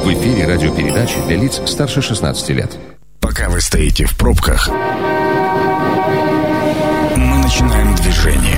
В эфире радиопередачи для лиц старше 16 лет. Пока вы стоите в пробках, мы начинаем движение.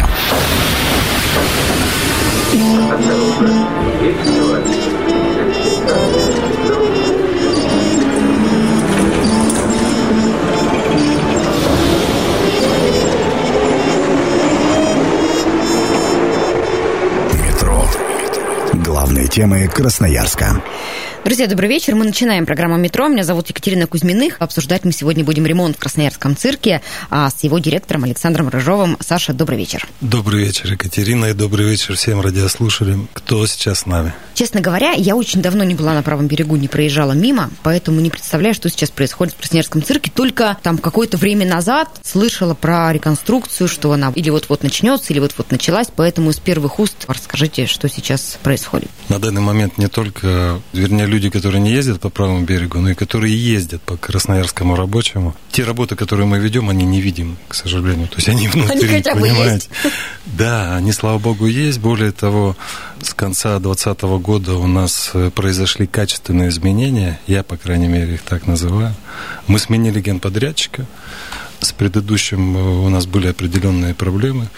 Метро. Главные темы Красноярска. Друзья, добрый вечер. Мы начинаем программу «Метро». Меня зовут Екатерина Кузьминых. Обсуждать мы сегодня будем ремонт в Красноярском цирке с его директором Александром Рыжовым. Саша, добрый вечер. Добрый вечер, Екатерина, и добрый вечер всем радиослушателям, кто сейчас с нами. Честно говоря, я очень давно не была на правом берегу, не проезжала мимо, поэтому не представляю, что сейчас происходит в Красноярском цирке. Только там какое-то время назад слышала про реконструкцию, что она или вот-вот начнется, или вот-вот началась, поэтому из первых уст расскажите, что сейчас происходит. На данный момент не только, вернее, люди, которые не ездят по правому берегу, но и которые ездят по Красноярскому рабочему. Те работы, которые мы ведем, они невидимы, к сожалению. То есть они внутри, они хотя бы понимаете? Есть. Да, они, слава богу, есть. Более того, с конца 2020 года у нас произошли качественные изменения. Я, по крайней мере, их так называю. Мы сменили генподрядчика. С предыдущим у нас были определенные проблемы.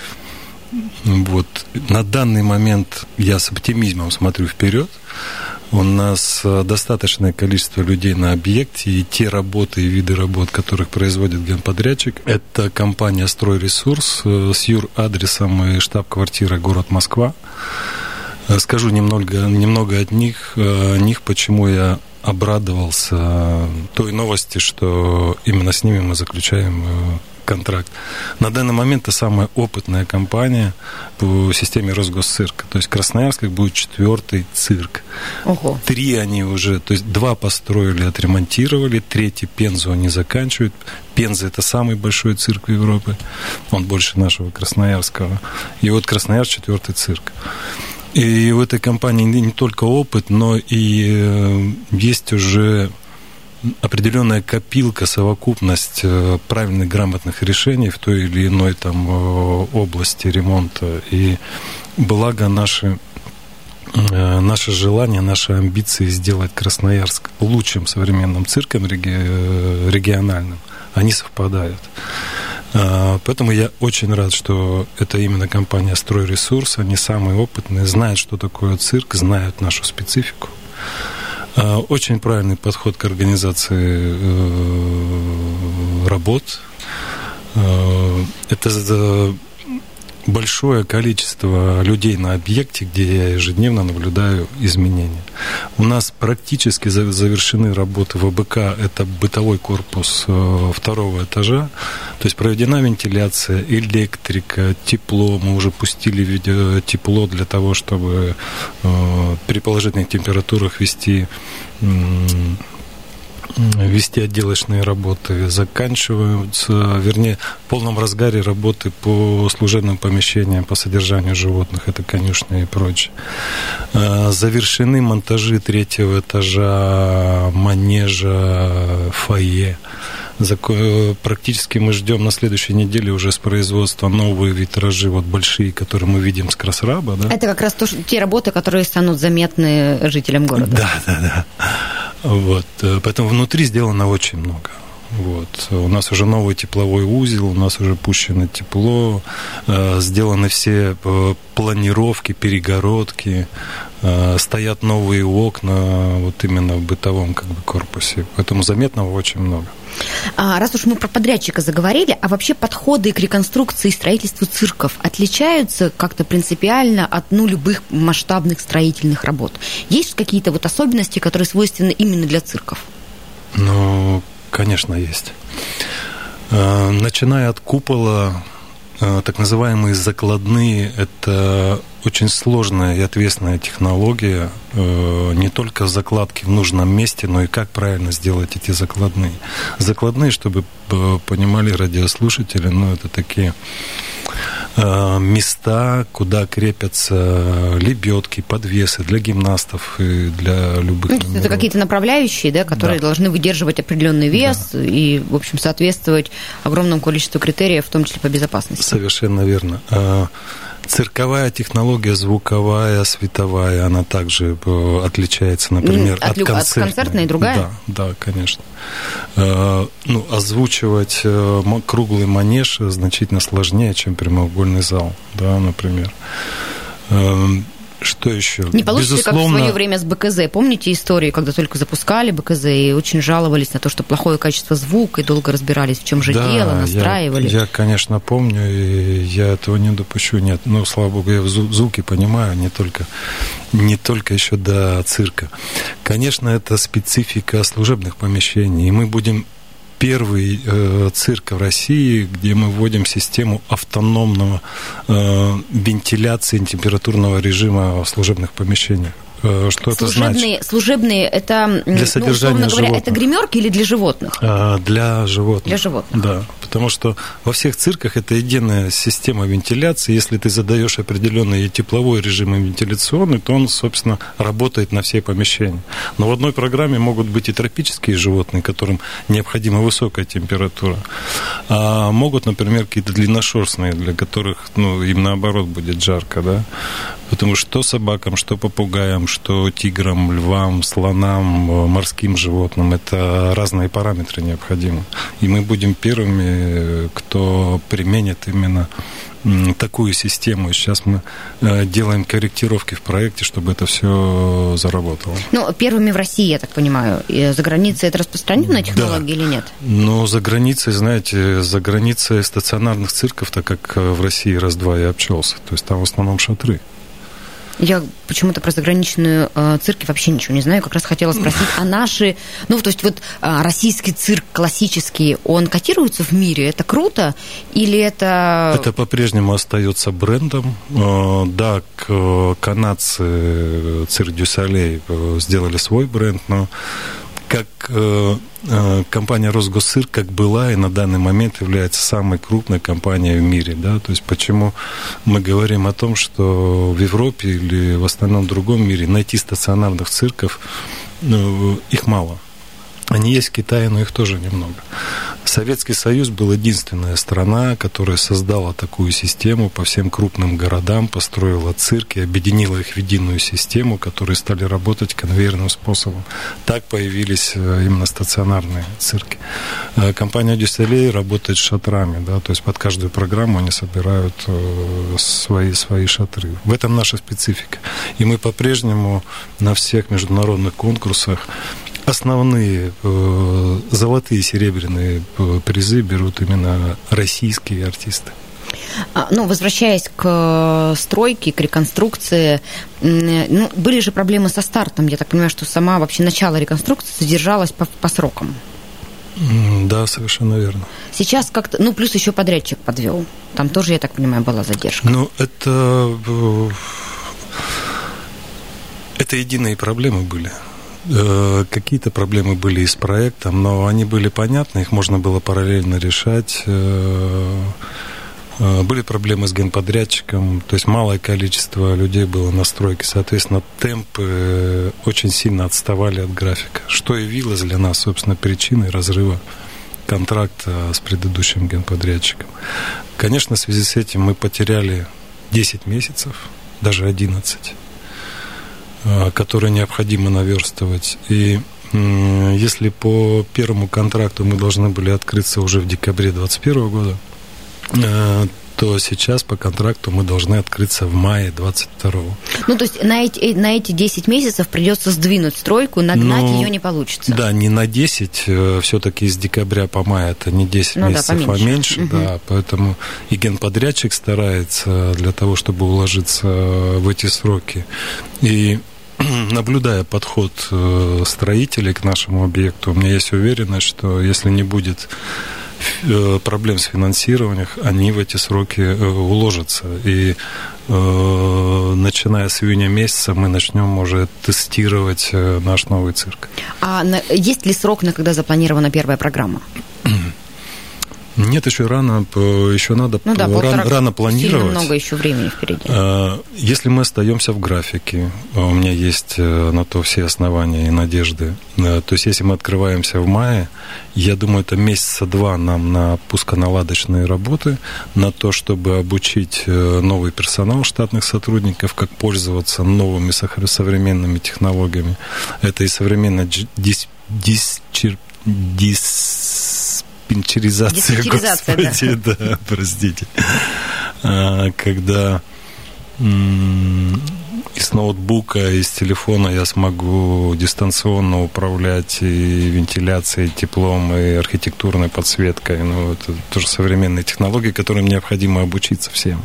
Вот. На данный момент я с оптимизмом смотрю вперед. У нас достаточное количество людей на объекте, и те работы и виды работ, которых производит генподрядчик, это компания «Стройресурс» с юрадресом и штаб-квартира город Москва. Скажу немного от них, почему я обрадовался той новости, что именно с ними мы заключаем контракт. На данный момент это самая опытная компания по системе Росгосцирка. То есть Красноярск будет 4-й цирк. Ого. 3 они уже, то есть 2 построили, отремонтировали, 3-й Пензу они заканчивают. Пенза — это самый большой цирк в Европе. Он больше нашего Красноярского. И вот Красноярск — 4-й цирк. И в этой компании не только опыт, но и есть уже определенная копилка, совокупность правильных, грамотных решений в той или иной там области ремонта. И благо наше желание, наши амбиции сделать Красноярск лучшим современным цирком региональным, они совпадают. Поэтому я очень рад, что это именно компания «Стройресурс». Они самые опытные, знают, что такое цирк, знают нашу специфику. Очень правильный подход к организации работ. Это большое количество людей на объекте, где я ежедневно наблюдаю изменения. У нас практически завершены работы ВБК, это бытовой корпус 2-го этажа, то есть проведена вентиляция, электрика, тепло, мы уже пустили тепло для того, чтобы при положительных температурах вести отделочные работы, заканчиваются, вернее, в полном разгаре работы по служебным помещениям, по содержанию животных, это конюшня и прочее. Завершены монтажи 3-го этажа, манежа, фойе. Практически мы ждем на следующей неделе уже с производства новые витражи, вот большие, которые мы видим с Красраба. Да? Это как раз те работы, которые станут заметны жителям города. Да. Вот. Поэтому внутри сделано очень много. Вот. У нас уже новый тепловой узел, у нас уже пущено тепло, сделаны все планировки, перегородки, стоят новые окна вот именно в бытовом корпусе. Поэтому заметного очень много. Раз уж мы про подрядчика заговорили, а вообще подходы к реконструкции и строительству цирков отличаются как-то принципиально от любых масштабных строительных работ? Есть какие-то вот особенности, которые свойственны именно для цирков? Конечно, есть. Начиная от купола, так называемые закладные, это очень сложная и ответственная технология, не только закладки в нужном месте, но и как правильно сделать эти закладные. Закладные, чтобы понимали радиослушатели, это такие места, куда крепятся лебедки, подвесы для гимнастов и для любых номеров. Это какие-то направляющие, да, которые должны выдерживать определенный вес и, в общем, соответствовать огромному количеству критериев, в том числе по безопасности. Совершенно верно. Цирковая технология, звуковая, световая, она также отличается, например, от концертной. От концертной другая? Да, конечно. Озвучивать круглый манеж значительно сложнее, чем прямоугольный зал, да, например. Что еще? Не получится, как в свое время с БКЗ. Помните историю, когда только запускали БКЗ и очень жаловались на то, что плохое качество звука, и долго разбирались, в чем же дело, настраивали? Я, конечно, помню, и я этого не допущу. Нет, слава богу, я звуки понимаю, не только еще до цирка. Конечно, это специфика служебных помещений, и мы будем первый цирк в России, где мы вводим систему автономного вентиляции температурного режима в служебных помещениях. Что это значит? Служебные это, для содержания условно говоря, это гримерки или для животных? Для животных. Для животных. Да, потому что во всех цирках это единая система вентиляции. Если ты задаешь определенный тепловой режим и вентиляционный, то он, собственно, работает на все помещения. Но в одной программе могут быть и тропические животные, которым необходима высокая температура. А могут, например, какие-то длинношерстные, для которых, им наоборот будет жарко, да? Потому что собакам, что попугаям, что тиграм, львам, слонам, морским животным, это разные параметры необходимы. И мы будем первыми, кто применит именно такую систему. И сейчас мы делаем корректировки в проекте, чтобы это все заработало. Первыми в России, я так понимаю. И за границей это распространенная технология или нет? За границей, знаете, за границей стационарных цирков, так как в России раз-два я обчелся. То есть там в основном шатры. Я почему-то про заграничные цирки вообще ничего не знаю. Как раз хотела спросить, а наши... российский цирк классический, он котируется в мире? Это круто? Или это... Это по-прежнему остается брендом. Да, канадцы Цирк дю Солей сделали свой бренд, но как компания Росгосцирк как была и на данный момент является самой крупной компанией в мире. Да? То есть почему мы говорим о том, что в Европе или в остальном другом мире найти стационарных цирков, их мало. Они есть в Китае, но их тоже немного. Советский Союз был единственная страна, которая создала такую систему по всем крупным городам, построила цирки, объединила их в единую систему, которые стали работать конвейерным способом. Так появились именно стационарные цирки. Компания дю Солей работает с шатрами, да, то есть под каждую программу они собирают свои шатры. В этом наша специфика. И мы по-прежнему на всех международных конкурсах основные золотые и серебряные призы берут именно российские артисты. Возвращаясь к стройке, к реконструкции, были же проблемы со стартом. Я так понимаю, что сама вообще начало реконструкции задержалось по срокам. Да, совершенно верно. Сейчас как-то, плюс еще подрядчик подвел. Там тоже, я так понимаю, была задержка. Это единые проблемы были. Какие-то проблемы были и с проектом, но они были понятны, их можно было параллельно решать. Были проблемы с генподрядчиком, то есть малое количество людей было на стройке, соответственно, темпы очень сильно отставали от графика, что явилось для нас, собственно, причиной разрыва контракта с предыдущим генподрядчиком. Конечно, в связи с этим мы потеряли 10 месяцев, даже 11, которые необходимо наверстывать. И если по первому контракту мы должны были открыться уже в декабре 2021 года, то сейчас по контракту мы должны открыться в мае 2022. То есть на эти 10 месяцев придется сдвинуть стройку, нагнать ее не получится. Да, не на 10, все-таки с декабря по май это не 10 месяцев, а меньше. Да, поэтому и генподрядчик старается для того, чтобы уложиться в эти сроки. И наблюдая подход строителей к нашему объекту, у меня есть уверенность, что если не будет проблем с финансированием, они в эти сроки уложатся. И начиная с июня месяца мы начнем уже тестировать наш новый цирк. А есть ли срок, на когда запланирована первая программа? Нет, еще рано, еще надо рано планировать. Сильно много еще времени впереди. Если мы остаемся в графике, у меня есть на то все основания и надежды. То есть, если мы открываемся в мае, я думаю, это месяца 2 нам на пусконаладочные работы, на то, чтобы обучить новый персонал, штатных сотрудников, как пользоваться новыми современными технологиями. Это и современная диспетчеризация, господи, да, простите. Когда из ноутбука, из телефона я смогу дистанционно управлять и вентиляцией, и теплом, и архитектурной подсветкой. Ну, это тоже современные технологии, которым необходимо обучиться всем.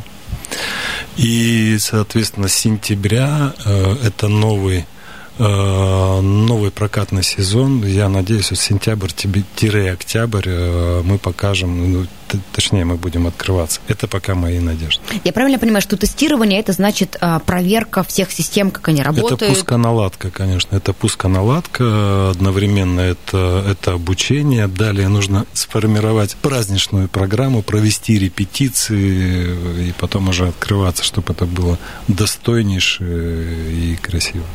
И, соответственно, с сентября это новый прокатный сезон. Я надеюсь, что сентябрь-октябрь мы покажем, точнее, мы будем открываться. Это пока мои надежды. Я правильно понимаю, что тестирование, это значит проверка всех систем, как они работают? Это пусконаладка, конечно. Это пусконаладка. Одновременно это обучение. Далее нужно сформировать праздничную программу, провести репетиции и потом уже открываться, чтобы это было достойнейше и красиво.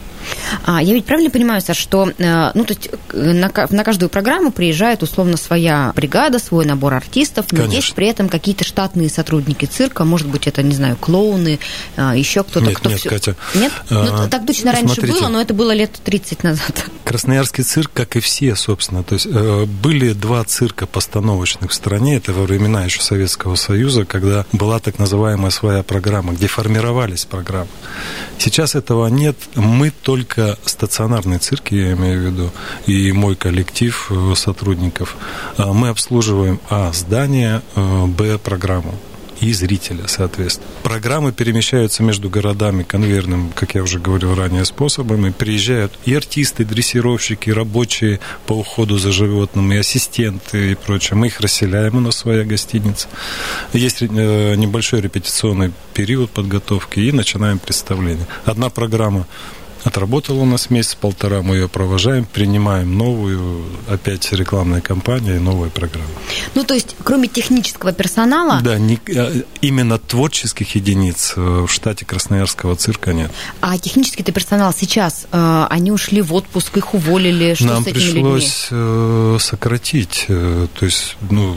Я ведь правильно понимаю, Саш, что то есть на каждую программу приезжает условно своя бригада, свой набор артистов, но конечно, есть при этом какие-то штатные сотрудники цирка, может быть, это, не знаю, клоуны, еще кто-то, нет, кто нет, все... Катя, нет? Так точно раньше было, но это было лет 30 назад. Красноярский цирк, как и все, собственно, то есть были 2 цирка постановочных в стране, это во времена еще Советского Союза, когда была так называемая своя программа, где формировались программы. Сейчас этого нет, мы только стационарный цирк, я имею в виду, и мой коллектив сотрудников, мы обслуживаем здание, программу и зрителя, соответственно. Программы перемещаются между городами конвейерным, как я уже говорил ранее, способами. Приезжают и артисты, и дрессировщики, и рабочие по уходу за животным, и ассистенты, и прочее. Мы их расселяем, у нас своя гостиница. Есть небольшой репетиционный период подготовки, и начинаем представление. Одна программа отработала у нас месяц-полтора, мы ее провожаем, принимаем новую, опять рекламная кампания и новая программа. Ну, то есть, кроме технического персонала... Да, именно творческих единиц в штате Красноярского цирка нет. А технический-то персонал сейчас, они ушли в отпуск, их уволили, что нам с этими людьми? Нам пришлось сократить, то есть,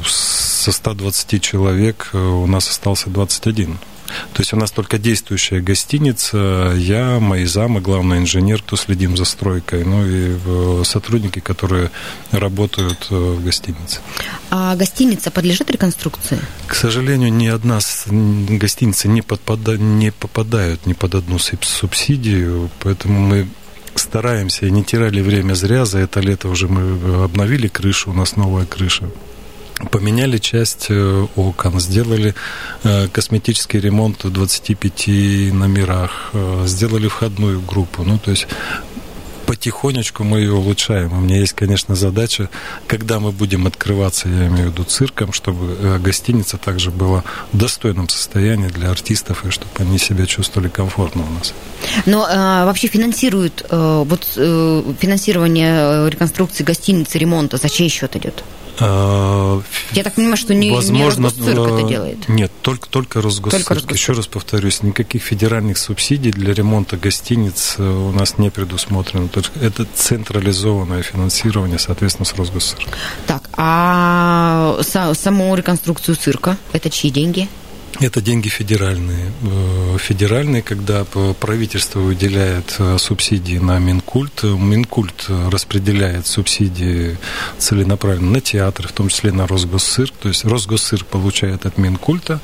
со 120 человек у нас остался 21. То есть у нас только действующая гостиница, я, мои замы, главный инженер, кто следим за стройкой, и сотрудники, которые работают в гостинице. А гостиница подлежит реконструкции? К сожалению, ни одна гостиница не попадает ни под одну субсидию, поэтому мы стараемся и не теряли время зря. За это лето уже мы обновили крышу, у нас новая крыша. Поменяли часть окон, сделали косметический ремонт в 25 номерах, сделали входную группу. То есть потихонечку мы ее улучшаем. У меня есть, конечно, задача, когда мы будем открываться, я имею в виду цирком, чтобы гостиница также была в достойном состоянии для артистов, и чтобы они себя чувствовали комфортно у нас. Но вообще финансируют, финансирование реконструкции гостиницы, ремонта, за чей счет идет? Я так понимаю, что не Росгосцирк это делает. Нет, только Росгосцирк. Еще раз повторюсь, никаких федеральных субсидий для ремонта гостиниц у нас не предусмотрено. Это централизованное финансирование, соответственно, с Росгосцирком. Так, а саму реконструкцию цирка, это чьи деньги? Это деньги федеральные. Федеральные, когда правительство выделяет субсидии на Минкульт, Минкульт распределяет субсидии целенаправленно на театры, в том числе на Росгосцирк. То есть Росгосцирк получает от Минкульта,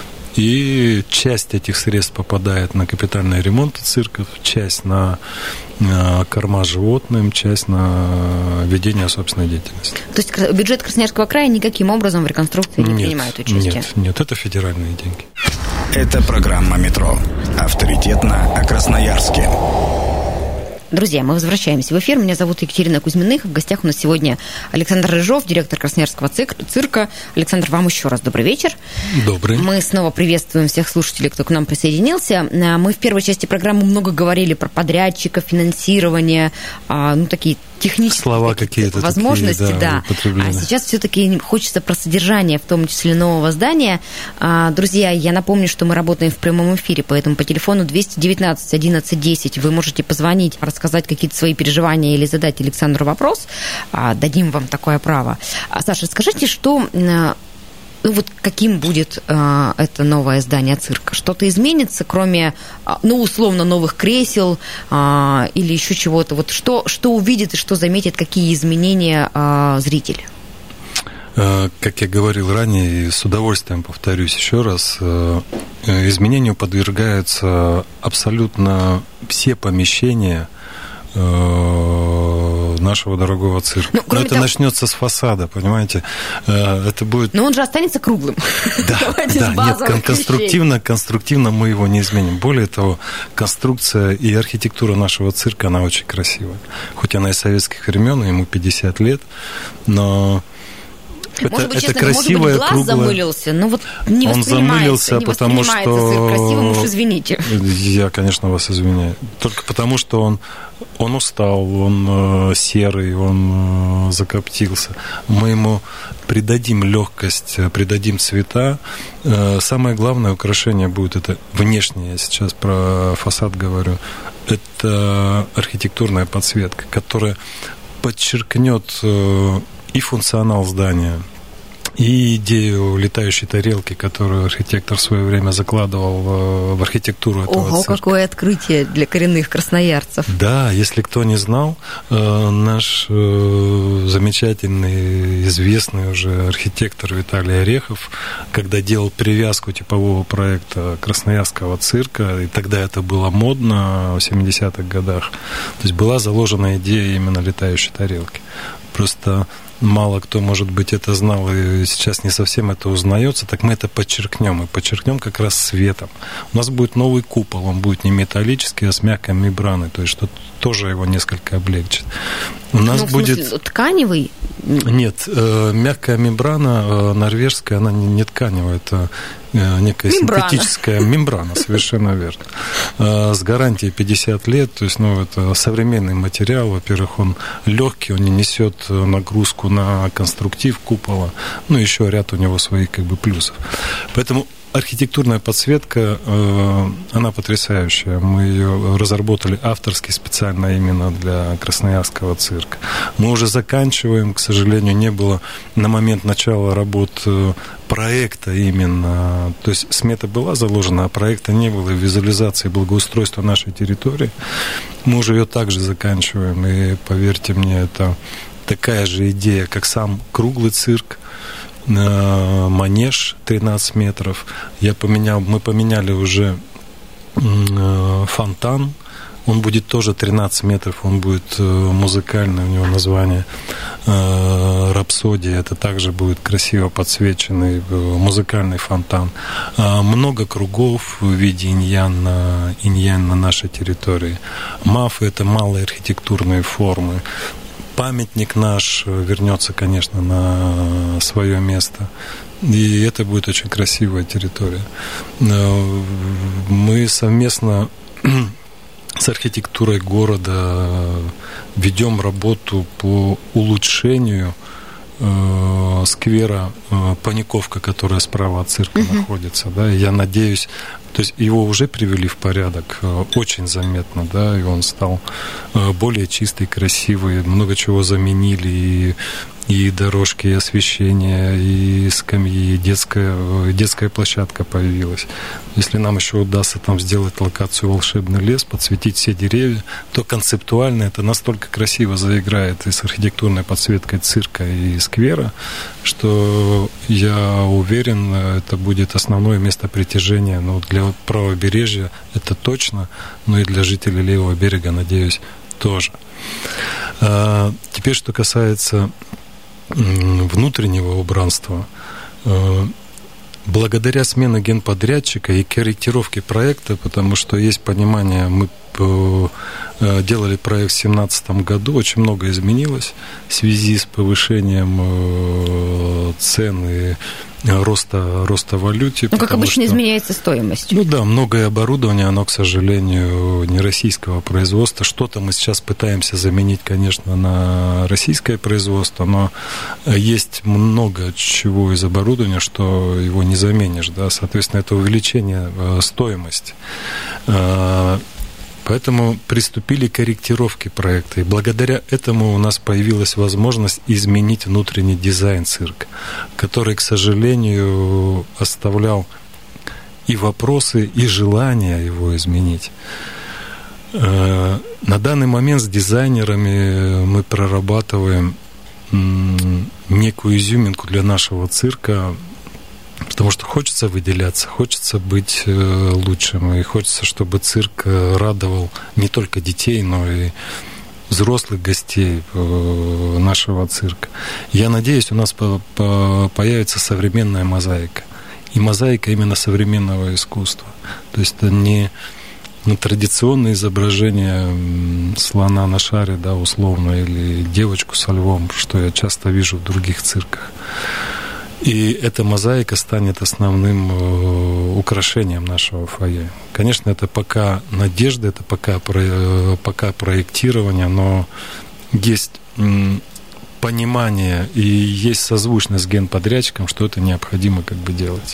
и часть этих средств попадает на капитальный ремонт цирков, часть на корма животным, часть на ведение собственной деятельности. То есть бюджет Красноярского края никаким образом в реконструкции не принимает участие? Нет, это федеральные деньги. Это программа «Метро». Авторитетно о Красноярске. Друзья, мы возвращаемся в эфир. Меня зовут Екатерина Кузьминых. В гостях у нас сегодня Александр Рыжов, директор Красноярского цирка. Александр, вам еще раз добрый вечер. Добрый. Мы снова приветствуем всех слушателей, кто к нам присоединился. Мы в первой части программы много говорили про подрядчиков, финансирование, такие технические слова какие-то возможности, такие, да. А сейчас все-таки хочется про содержание, в том числе нового здания. Друзья, я напомню, что мы работаем в прямом эфире, поэтому по телефону 219 11 10 вы можете позвонить, рассказать какие-то свои переживания или задать Александру вопрос. Дадим вам такое право. Саша, скажите, что... вот каким будет это новое здание цирка? Что-то изменится, кроме, условно, новых кресел или еще чего-то? Вот что увидит и что заметит, какие изменения зритель? Как я говорил ранее, и с удовольствием повторюсь еще раз, изменению подвергаются абсолютно все помещения нашего дорогого цирка. Но это начнется с фасада, понимаете? Это будет... Но он же останется круглым. Да, нет, конструктивно мы его не изменим. Более того, конструкция и архитектура нашего цирка, она очень красивая. Хоть она из советских времен, ему 50 лет, но... Может быть, честно, красивое, глаз круглое... замылился, но вот не он замылился, потому что... красивым, уж извините. Я, конечно, вас извиняю. Только потому, что он устал, он серый, он закоптился. Мы ему придадим легкость, придадим цвета. Самое главное украшение будет это внешнее, я сейчас про фасад говорю, это архитектурная подсветка, которая подчеркнет и функционал здания, и идею летающей тарелки, которую архитектор в свое время закладывал в архитектуру этого цирка. Ого, какое открытие для коренных красноярцев. Да, если кто не знал, наш замечательный, известный уже архитектор Виталий Орехов, когда делал привязку типового проекта красноярского цирка, и тогда это было модно в 70-х годах, то есть была заложена идея именно летающей тарелки. Просто мало кто, может быть, это знал, и сейчас не совсем это узнается, так мы это подчеркнем, и подчеркнем как раз светом. У нас будет новый купол, он будет не металлический, а с мягкой мембраной, то есть что тоже его несколько облегчит. У нас будет... в смысле, тканевый? Нет, мягкая мембрана норвежская, она не тканевая, это некая синтетическая мембрана, совершенно верно. С гарантией 50 лет, то есть, это современный материал, во-первых, он легкий, он не несет нагрузку на конструктив купола, еще ряд у него своих плюсов. Поэтому архитектурная подсветка, она потрясающая. Мы ее разработали авторски специально именно для красноярского цирка. Мы уже заканчиваем, к сожалению, не было на момент начала работ проекта именно. То есть смета была заложена, а проекта не было, визуализации благоустройства нашей территории. Мы уже ее также заканчиваем, и поверьте мне, это такая же идея, как сам круглый цирк. Манеж 13 метров. Мы поменяли уже фонтан. Он будет тоже 13 метров, он будет музыкальный, у него название «Рапсодия». Это также будет красиво подсвеченный музыкальный фонтан. Много кругов в виде инь-янь на нашей территории. Мафы – это малые архитектурные формы. Памятник наш вернется, конечно, на свое место. И это будет очень красивая территория. Мы совместно с архитектурой города ведем работу по улучшению сквера Паниковка, которая справа от цирка находится. Да, и я надеюсь, то есть его уже привели в порядок очень заметно, да, и он стал более чистый, красивый, много чего заменили, и дорожки, и освещение, и скамьи, и детская площадка появилась. Если нам еще удастся там сделать локацию «Волшебный лес», подсветить все деревья, то концептуально это настолько красиво заиграет и с архитектурной подсветкой цирка и сквера, что я уверен, это будет основное место притяжения. Для правобережья это точно, но и для жителей левого берега, надеюсь, тоже. Теперь, что касается внутреннего убранства, благодаря смене генподрядчика и корректировке проекта, потому что есть понимание, мы делали проект в 2017 году, очень много изменилось в связи с повышением цен и роста валюты. Ну, как обычно, изменяется стоимость. Ну да, многое оборудование, оно, к сожалению, не российского производства. Что-то мы сейчас пытаемся заменить, конечно, на российское производство, но есть много чего из оборудования, что его не заменишь, да, соответственно, это увеличение стоимости. Поэтому приступили к корректировке проекта. И благодаря этому у нас появилась возможность изменить внутренний дизайн цирка, который, к сожалению, оставлял и вопросы, и желание его изменить. На данный момент с дизайнерами мы прорабатываем некую изюминку для нашего цирка, потому что хочется выделяться, хочется быть лучшим, и хочется, чтобы цирк радовал не только детей, но и взрослых гостей нашего цирка. Я надеюсь, у нас появится современная мозаика. И мозаика именно современного искусства. То есть это не традиционное изображение слона на шаре, да, условно, или девочку со львом, что я часто вижу в других цирках. И эта мозаика станет основным украшением нашего фойе. Конечно, это пока надежда, это пока проектирование, но есть понимание и есть созвучность с генподрядчиком, что это необходимо как бы делать.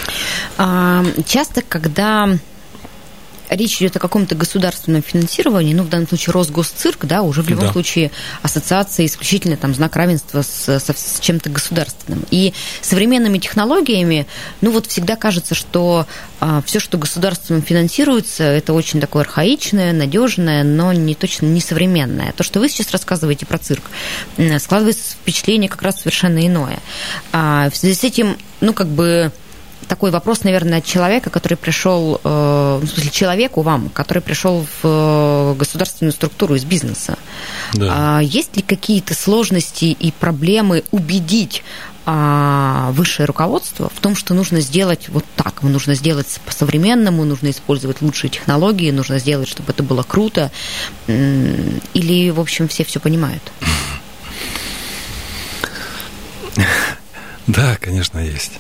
Часто, когда речь идет о каком-то государственном финансировании, ну, в данном случае Росгосцирк, да, уже в любом случае ассоциация исключительно там знак равенства с чем-то государственным. И современными технологиями, ну, вот всегда кажется, что все, что государством финансируется, это очень такое архаичное, надежное, но точно не современное. То, что вы сейчас рассказываете про цирк, складывается впечатление как раз совершенно иное. В связи с этим, ну, как бы такой вопрос, наверное, от человека, который пришел, в смысле, человеку вам, который пришел в государственную структуру из бизнеса. Да. Есть ли какие-то сложности и проблемы убедить высшее руководство в том, что нужно сделать вот так, нужно сделать по-современному, нужно использовать лучшие технологии, нужно сделать, чтобы это было круто, или, в общем, все понимают? Да, конечно, есть.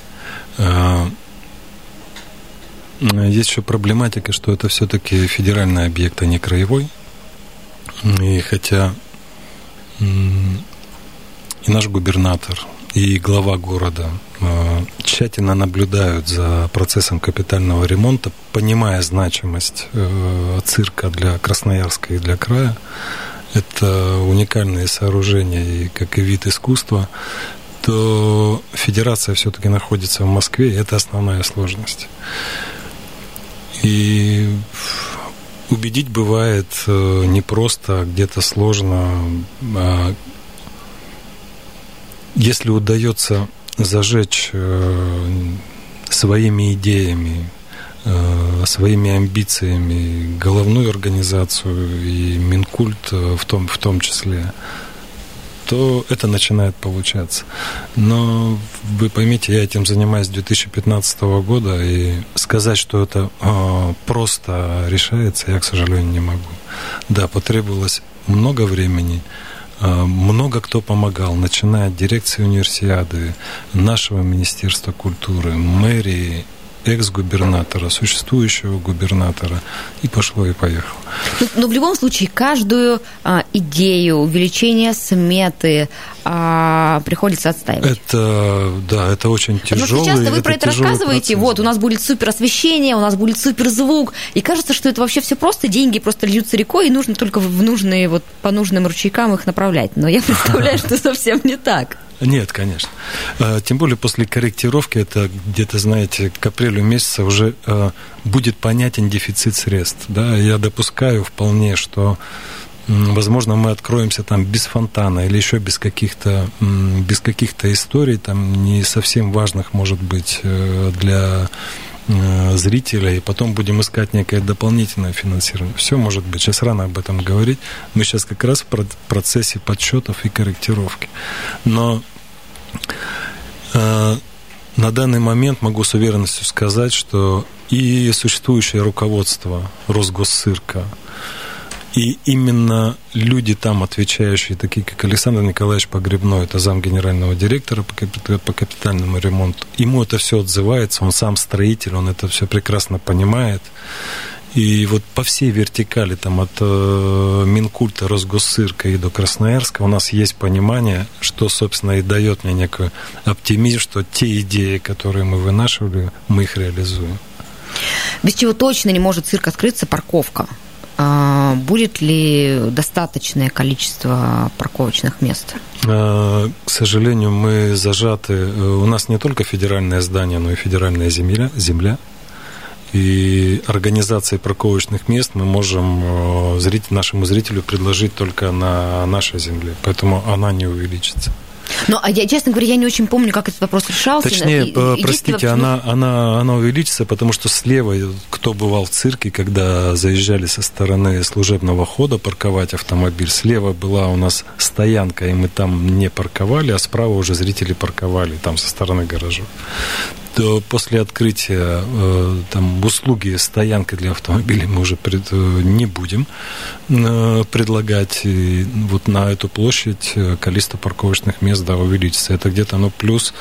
Есть еще проблематика, что это все-таки федеральный объект, а не краевой. И хотя и наш губернатор, и глава города тщательно наблюдают за процессом капитального ремонта, понимая значимость цирка для Красноярска и для края, это уникальные сооружения, и как и вид искусства, то федерация все-таки находится в Москве, и это основная сложность. И убедить бывает непросто, где-то сложно. Если удается зажечь своими идеями, своими амбициями головную организацию и Минкульт в том числе, то это начинает получаться. Но вы поймите, я этим занимаюсь с 2015 года, и сказать, что это просто решается, я, к сожалению, не могу. Да, потребовалось много времени, много кто помогал, начиная от дирекции универсиады, нашего Министерства культуры, мэрии, экс-губернатора, существующего губернатора, и пошло, и поехало. Но в любом случае, каждую идею увеличения сметы приходится отстаивать. Это очень тяжело. Потому что часто вы про это рассказываете, процесс. Вот, у нас будет супер освещение, у нас будет супер звук, и кажется, что это вообще все просто, деньги просто льются рекой, и нужно только в нужные, вот по нужным ручейкам их направлять. Но я представляю, что совсем не так. Нет, конечно. Тем более после корректировки, это где-то, знаете, к апрелю месяца уже будет понятен дефицит средств. Да? Я допускаю вполне, что, возможно, мы откроемся там без фонтана или еще без каких-то историй, там не совсем важных, может быть, для зрителя, и потом будем искать некое дополнительное финансирование. Все может быть. Сейчас рано об этом говорить. Мы сейчас как раз в процессе подсчетов и корректировки. Но на данный момент могу с уверенностью сказать, что и существующее руководство Росгосцирка. И именно люди там, отвечающие, такие как Александр Николаевич Погребной, это зам генерального директора по капитальному ремонту, ему это все отзывается, он сам строитель, он это все прекрасно понимает. И вот по всей вертикали, там, от Минкульта, Росгосцирка и до Красноярска у нас есть понимание, что, собственно, и дает мне некий оптимизм, что те идеи, которые мы вынашивали, мы их реализуем. Без чего точно не может цирк открыться — парковка. Будет ли достаточное количество парковочных мест? К сожалению, мы зажаты. У нас не только федеральное здание, но и федеральная земля. И организацией парковочных мест мы можем нашему зрителю предложить только на нашей земле. Поэтому она не увеличится. Ну, а я, честно говоря, я не очень помню, как этот вопрос решался. Точнее, простите, она увеличится, потому что слева, кто бывал в цирке, когда заезжали со стороны служебного хода парковать автомобиль, слева была у нас стоянка, и мы там не парковали, а справа уже зрители парковали, там со стороны гаража. То после открытия там услуги стоянки для автомобилей мы уже не будем предлагать. И вот на эту площадь количество парковочных мест увеличится. Это где-то плюс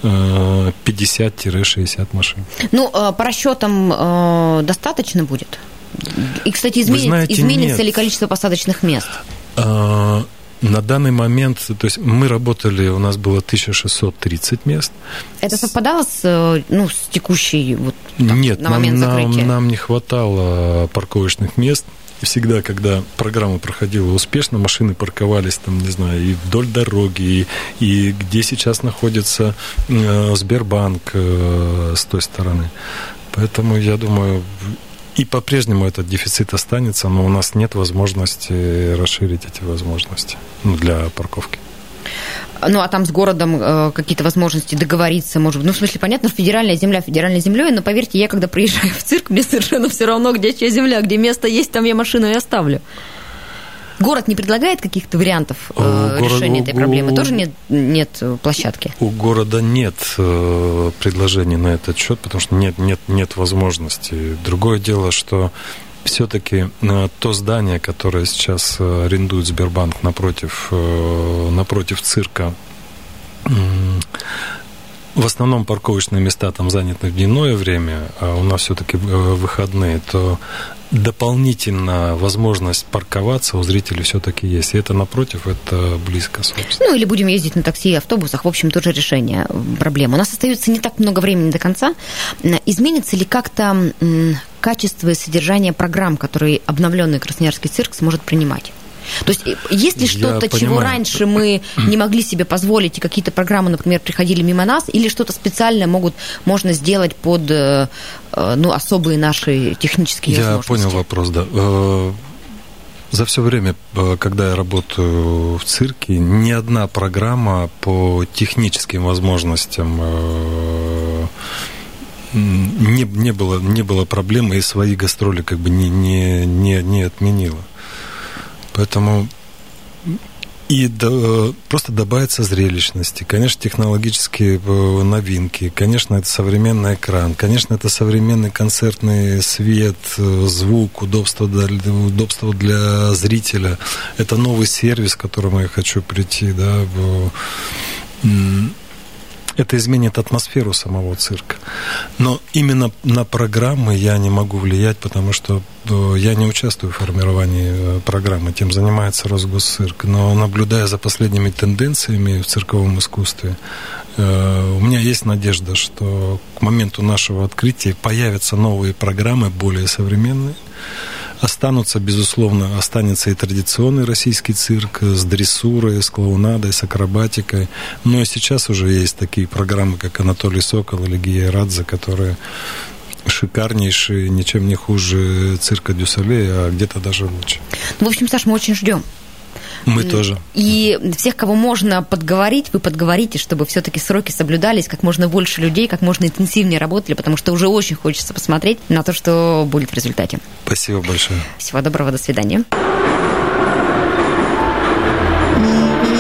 50-60 машин. Ну, по расчетам достаточно будет? И, кстати, изменится ли количество посадочных мест? На данный момент, то есть мы работали, у нас было 1630 мест. Это совпадало с текущей Нет, на момент закрытия? Нам не хватало парковочных мест. Всегда, когда программа проходила успешно, машины парковались там, не знаю, и вдоль дороги, и где сейчас находится Сбербанк с той стороны. Поэтому, я думаю, и по-прежнему этот дефицит останется, но у нас нет возможности расширить эти возможности для парковки. Ну, а там с городом какие-то возможности договориться, может быть? Ну, в смысле, понятно, федеральная земля федеральной землей, но, поверьте, я, когда приезжаю в цирк, мне совершенно все равно, где чья земля, где место есть, там я машину и оставлю. Город не предлагает каких-то вариантов решения этой проблемы? Тоже нет площадки? У города нет предложений на этот счет, потому что нет возможности. Другое дело, что все-таки то здание, которое сейчас арендует Сбербанк напротив цирка, в основном парковочные места там заняты в дневное время, а у нас все-таки выходные, то дополнительно возможность парковаться у зрителей все-таки есть. И это напротив, это близко, собственно. Ну, или будем ездить на такси и автобусах. В общем, тоже решение проблемы. У нас остается не так много времени до конца. Изменится ли как-то качество и содержание программ, которые обновленный Красноярский цирк сможет принимать? То есть есть ли что-то, чего раньше мы не могли себе позволить, и какие-то программы, например, приходили мимо нас, или что-то специальное можно сделать под особые наши технические возможности? Я понял вопрос, да. За все время, когда я работаю в цирке, ни одна программа по техническим возможностям не было проблемы, и свои гастроли как бы не отменила. Поэтому просто добавится зрелищности, конечно, технологические новинки, конечно, это современный экран, конечно, это современный концертный свет, звук, удобство для зрителя. Это новый сервис, к которому я хочу прийти, да. Это изменит атмосферу самого цирка. Но именно на программы я не могу влиять, потому что я не участвую в формировании программы. Тем занимается Росгосцирк. Но наблюдая за последними тенденциями в цирковом искусстве, у меня есть надежда, что к моменту нашего открытия появятся новые программы, более современные. Останется и традиционный российский цирк с дрессурой, с клоунадой, с акробатикой. Но и сейчас уже есть такие программы, как Анатолий Сокол или Гия Радзе, которые шикарнейшие, ничем не хуже цирка Дю Солей, а где-то даже лучше. Ну, в общем, Саш, мы очень ждем. Мы тоже. И всех, кого можно подговорить, вы подговорите, чтобы все-таки сроки соблюдались, как можно больше людей, как можно интенсивнее работали, потому что уже очень хочется посмотреть на то, что будет в результате. Спасибо большое. Всего доброго, до свидания.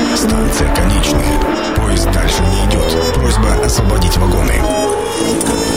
Станция конечная. Поезд дальше не идет. Просьба освободить вагоны.